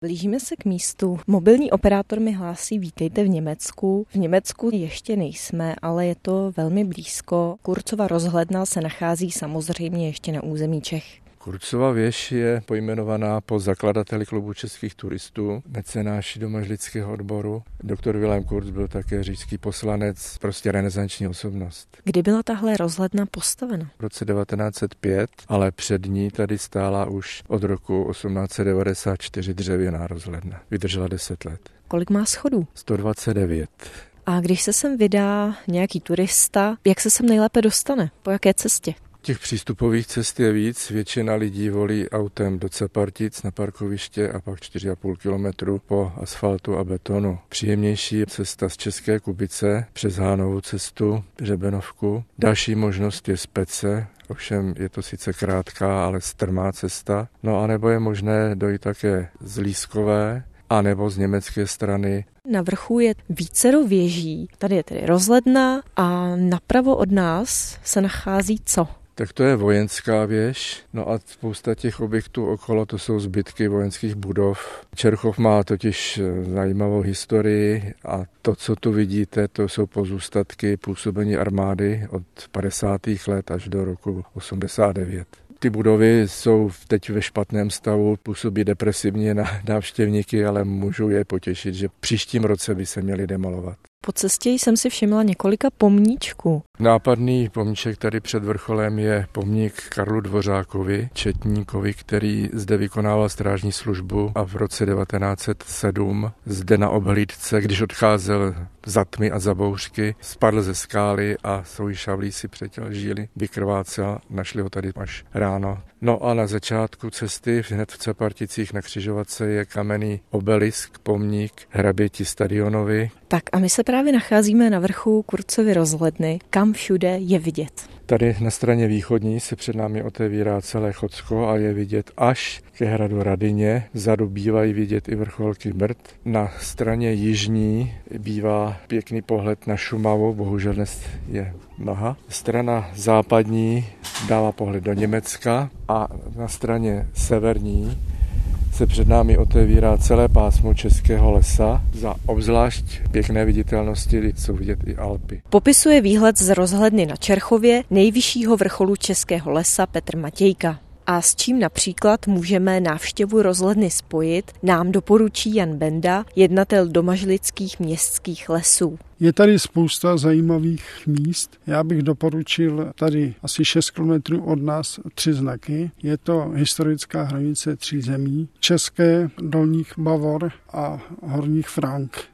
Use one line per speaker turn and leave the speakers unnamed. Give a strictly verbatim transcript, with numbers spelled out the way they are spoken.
Blížíme se k místu. Mobilní operátor mi hlásí, vítejte v Německu. V Německu ještě nejsme, ale je to velmi blízko. Kurzova rozhledna se nachází samozřejmě ještě na území Čech.
Kurzova věž je pojmenovaná po zakladateli klubu českých turistů, mecenáši domažlického odboru. Doktor Vilém Kurz byl také říšský poslanec, prostě renesanční osobnost.
Kdy byla tahle rozhledna postavena?
V roce devatenáct set pět, ale před ní tady stála už od roku osmnáct set devadesát čtyři dřevěná rozhledna. Vydržela deset let.
Kolik má schodů?
sto dvacet devět.
A když se sem vydá nějaký turista, jak se sem nejlépe dostane? Po jaké cestě?
Těch přístupových cest je víc, většina lidí volí autem do Cepartic na parkoviště a pak čtyři a půl kilometru po asfaltu a betonu. Příjemnější je cesta z České Kubice přes Hánovu cestu, Řebenovku. Další možnost je z Pece, ovšem je to sice krátká, ale strmá cesta. No a nebo je možné dojít také z Lískové, a nebo z německé strany.
Na vrchu je vícero věží, tady je tedy rozhledna a napravo od nás se nachází co?
Tak to je vojenská věž, no a spousta těch objektů okolo, to jsou zbytky vojenských budov. Čerchov má totiž zajímavou historii a to, co tu vidíte, to jsou pozůstatky působení armády od padesátých let až do roku osmdesát devět. Ty budovy jsou teď ve špatném stavu, působí depresivně na návštěvníky, ale můžu je potěšit, že příštím roce by se měli demolovat.
Po cestě jsem si všimla několika pomníčků.
Nápadný pomníček tady před vrcholem je pomník Karlu Dvořákovi, četníkovi, který zde vykonával strážní službu a v roce devatenáct set sedm zde na obhlídce, když odcházel za tmy a za bouřky, spadl ze skály a svoji šavlí si přetěl žíly, vykrvácel, našli ho tady až ráno. No a na začátku cesty, hned v Ceparticích na křižovatce, je kamenný obelisk, pomník hraběti Stadionovi.
Tak a my se právě nacházíme na vrchu Kurzovy rozhledny, kam všude je vidět.
Tady na straně východní se před námi otevírá celé Chocko a je vidět až ke hradu Radyně. Vzadu bývají vidět i vrcholky Brd. Na straně jižní bývá pěkný pohled na Šumavu, bohužel dnes je mlha. Strana západní dává pohled do Německa a na straně severní se před námi otevírá celé pásmo Českého lesa. Za obzvlášť pěkné viditelnosti jsou vidět i Alpy.
Popisuje výhled z rozhledny na Čerchově, nejvyššího vrcholu Českého lesa, Petr Matějka. A s čím například můžeme návštěvu rozhledny spojit, nám doporučí Jan Benda, jednatel domažlických městských lesů.
Je tady spousta zajímavých míst. Já bych doporučil tady asi šest kilometrů od nás tři znaky. Je to historická hranice tří zemí. České, Dolních Bavor a Horních Frank.